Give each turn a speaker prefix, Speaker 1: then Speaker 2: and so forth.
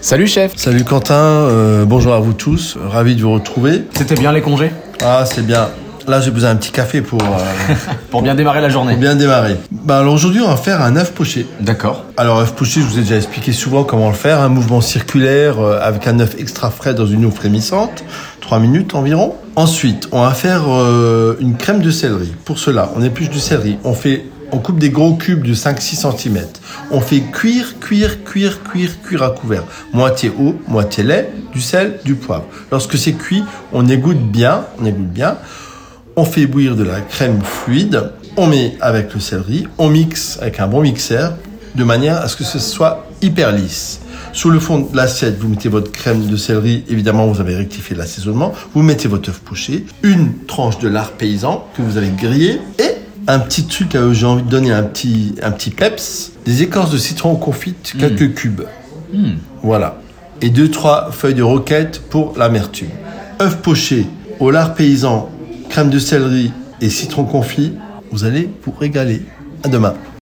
Speaker 1: Salut chef.
Speaker 2: Salut Quentin, bonjour à vous tous, ravi de vous retrouver.
Speaker 1: C'était bien les congés?
Speaker 2: Ah, c'est bien. Là, j'ai besoin d'un petit café pour
Speaker 1: Pour bien démarrer la journée.
Speaker 2: pour bien démarrer. Alors aujourd'hui, on va faire un œuf poché.
Speaker 1: D'accord.
Speaker 2: Alors œuf poché, je vous ai déjà expliqué souvent comment le faire, un mouvement circulaire avec un œuf extra frais dans une eau frémissante, 3 minutes environ. Ensuite, on va faire une crème de céleri. Pour cela, on épluche du céleri, on coupe des gros cubes de 5-6 cm. On fait cuire à couvert. Moitié eau, moitié lait, du sel, du poivre. Lorsque c'est cuit, on égoutte bien. On fait bouillir de la crème fluide. On met avec le céleri. On mixe avec un bon mixeur de manière à ce que ce soit hyper lisse. Sous le fond de l'assiette, vous mettez votre crème de céleri. Évidemment, vous avez rectifié l'assaisonnement. Vous mettez votre œuf poché, une tranche de lard paysan que vous avez grillé et un petit truc, j'ai envie de donner un petit peps, des écorces de citron confites, quelques cubes. Voilà. Et 2-3 feuilles de roquette pour l'amertume. Œuf poché au lard paysan, crème de céleri et citron confit. Vous allez vous régaler. À demain.